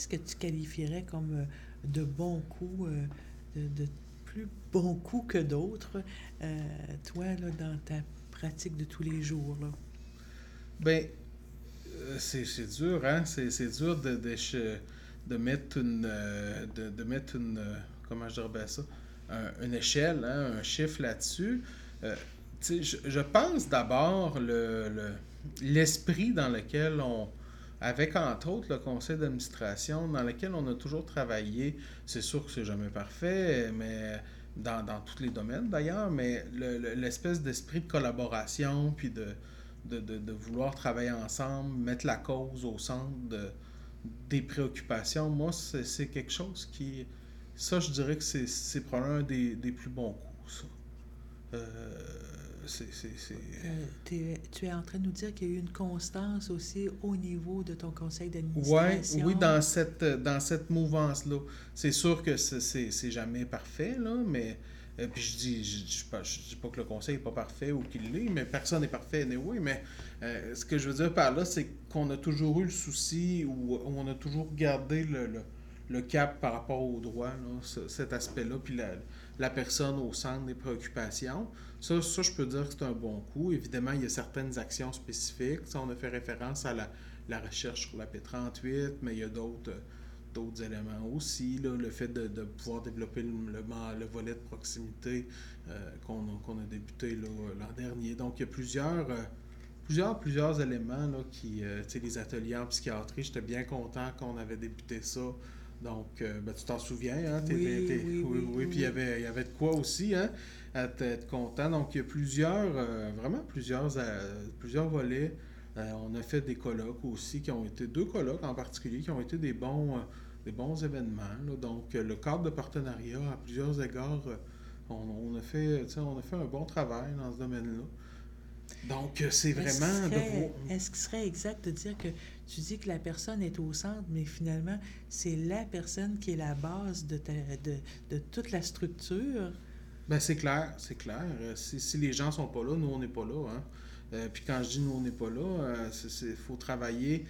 que tu qualifierais comme de bons coups, de plus bons coups que d'autres, toi, là, dans ta pratique de tous les jours, là? Ben, c'est dur, hein? C'est dur de mettre de mettre comment je dirais bien ça? Une échelle, hein? Un chiffre là-dessus. Euh, tu sais, je pense d'abord l'esprit dans lequel avec entre autres le conseil d'administration, dans lequel on a toujours travaillé. C'est sûr que c'est jamais parfait, mais dans tous les domaines d'ailleurs, mais l'espèce d'esprit de collaboration, puis de vouloir travailler ensemble, mettre la cause au centre des préoccupations, moi, c'est quelque chose qui... Ça, je dirais que c'est probablement un des plus bons coups, ça. Euh, c'est... Tu es en train de nous dire qu'il y a eu une constance aussi au niveau de ton conseil Ouais, oui, d'administration. dans cette mouvance-là. C'est sûr que c'est jamais parfait, là, mais... puis je dis pas que le conseil n'est pas parfait ou qu'il l'est, mais personne n'est parfait, anyway, mais ce que je veux dire par là, c'est qu'on a toujours eu le souci ou on a toujours gardé le cap par rapport au droit, là, cet aspect-là, puis la personne au centre des préoccupations. Ça, je peux dire que c'est un bon coup. Évidemment, il y a certaines actions spécifiques. Ça, on a fait référence à la recherche sur la P38, mais il y a d'autres éléments aussi. Là, le fait de pouvoir développer le volet de proximité qu'on a débuté l'an dernier. Donc, il y a plusieurs éléments là, qui, tu sais, les ateliers en psychiatrie, j'étais bien content qu'on avait débuté ça. Donc, ben, tu t'en souviens, hein? Oui, oui, Oui, oui, oui, oui, puis oui. il y avait de quoi aussi, hein? À être content. Donc, il y a vraiment plusieurs volets. On a fait des colloques aussi, qui ont été deux colloques en particulier, qui ont été des bons événements. Là. Donc, le cadre de partenariat, à plusieurs égards, on a fait un bon travail dans ce domaine-là. Donc, c'est vraiment de voir. Est-ce qu'il serait exact de dire que tu dis que la personne est au centre, mais finalement, c'est la personne qui est la base de toute la structure? Ben, c'est clair, c'est clair. Si les gens sont pas là, nous, on n'est pas là. Hein. Puis quand je dis nous, on n'est pas là, faut travailler.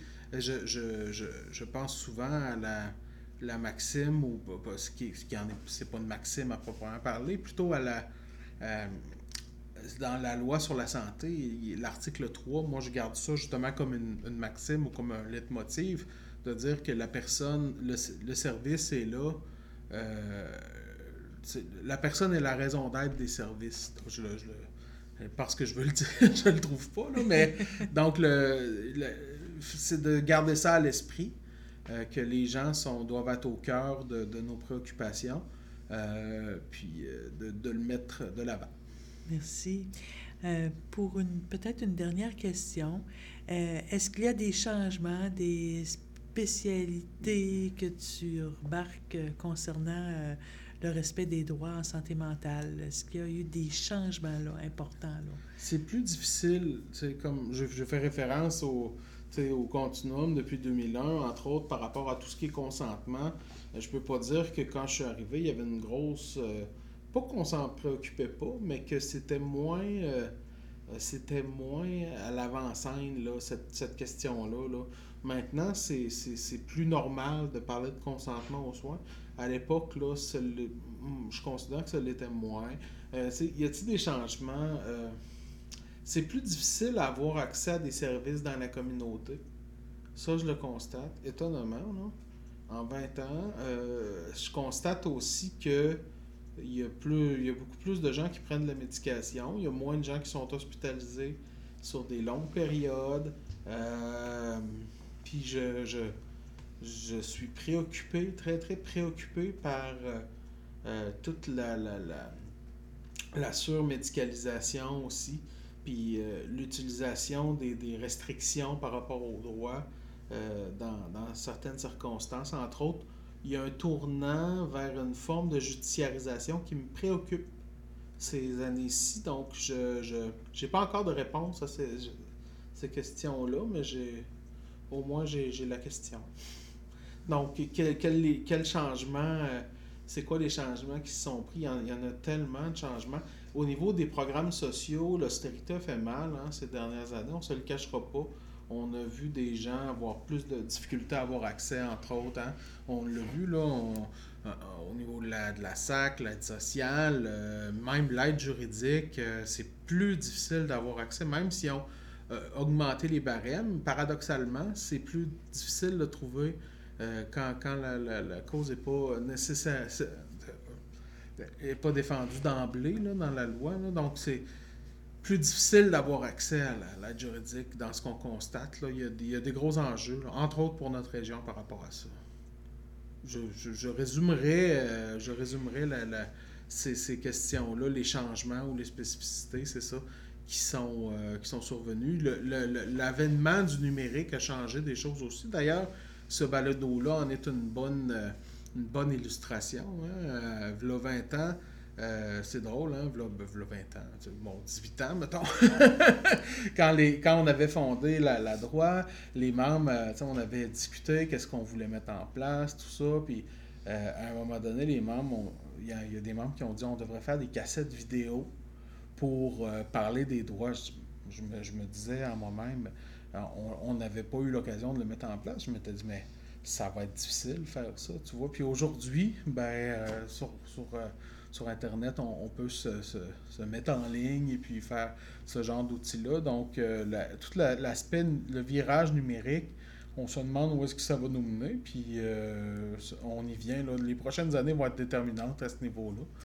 Je pense souvent à la maxime, ou ce qui en est, c'est pas une maxime à proprement parler, plutôt à euh, dans la loi sur la santé, l'article 3, moi je garde ça justement comme une maxime ou comme un leitmotiv, de dire que la personne, le service est là. euh, la personne est la raison d'être des services. Parce que je veux le dire, je le trouve pas, là, mais donc c'est de garder ça à l'esprit, que les gens doivent être au cœur de nos préoccupations, puis de le mettre de l'avant. Merci. Pour peut-être une dernière question, est-ce qu'il y a des changements, des spécialités que tu remarques concernant le respect des droits en santé mentale? Est-ce qu'il y a eu des changements là, importants là? C'est plus difficile, comme je fais référence au continuum depuis 2001, entre autres par rapport à tout ce qui est consentement. Je peux pas dire que quand je suis arrivé, il y avait une grosse... pas qu'on s'en préoccupait pas, mais que c'était moins à l'avant-scène, là, cette question-là. Là. Maintenant, c'est plus normal de parler de consentement aux soins. À l'époque, là, je considère que ça l'était moins. Y a-t-il des changements? C'est plus difficile à avoir accès à des services dans la communauté. Ça, je le constate, étonnamment, là. En 20 ans, je constate aussi que il y a beaucoup plus de gens qui prennent de la médication. Il y a moins de gens qui sont hospitalisés sur des longues périodes. Euh, puis je suis préoccupé, très très préoccupé par toute la surmédicalisation aussi, puis l'utilisation des restrictions par rapport aux droits dans certaines circonstances. Entre autres, il y a un tournant vers une forme de judiciarisation qui me préoccupe ces années-ci. Donc, je j'ai pas encore de réponse à ces questions-là, mais au moins j'ai la question. Donc, quel changement, c'est quoi les changements qui se sont pris? Il y en a tellement de changements. Au niveau des programmes sociaux, l'austérité a fait mal, hein, ces dernières années, on ne se le cachera pas. On a vu des gens avoir plus de difficultés à avoir accès, entre autres. Hein. On l'a vu là, au niveau de la SAC, l'aide sociale, même l'aide juridique, c'est plus difficile d'avoir accès, même si on augmenté les barèmes. Paradoxalement, c'est plus difficile de trouver quand la cause n'est pas nécessaire, est pas défendue d'emblée là, dans la loi. Là. Donc, c'est plus difficile d'avoir accès à l'aide juridique dans ce qu'on constate. Là. Il y a des gros enjeux, là, entre autres pour notre région par rapport à ça. Je résumerai ces questions-là, les changements ou les spécificités, c'est ça, qui sont survenus. L'avènement du numérique a changé des choses aussi. D'ailleurs, ce balado-là en est une bonne illustration. Hein. V'là 20 ans, c'est drôle, hein? V'là 20 ans, bon, 18 ans, mettons. Quand on avait fondé la droit, les membres, on avait discuté qu'est-ce qu'on voulait mettre en place, tout ça. Puis à un moment donné, les membres, il y a des membres qui ont dit on devrait faire des cassettes vidéo pour parler des droits. Je me disais à moi-même, on n'avait pas eu l'occasion de le mettre en place. Je m'étais dit, mais ça va être difficile de faire ça, tu vois. Puis aujourd'hui, sur Internet, on peut se mettre en ligne et puis faire ce genre d'outils-là. Donc, tout l'aspect, le virage numérique, on se demande où est-ce que ça va nous mener, puis on y vient. Là. Les prochaines années vont être déterminantes à ce niveau-là.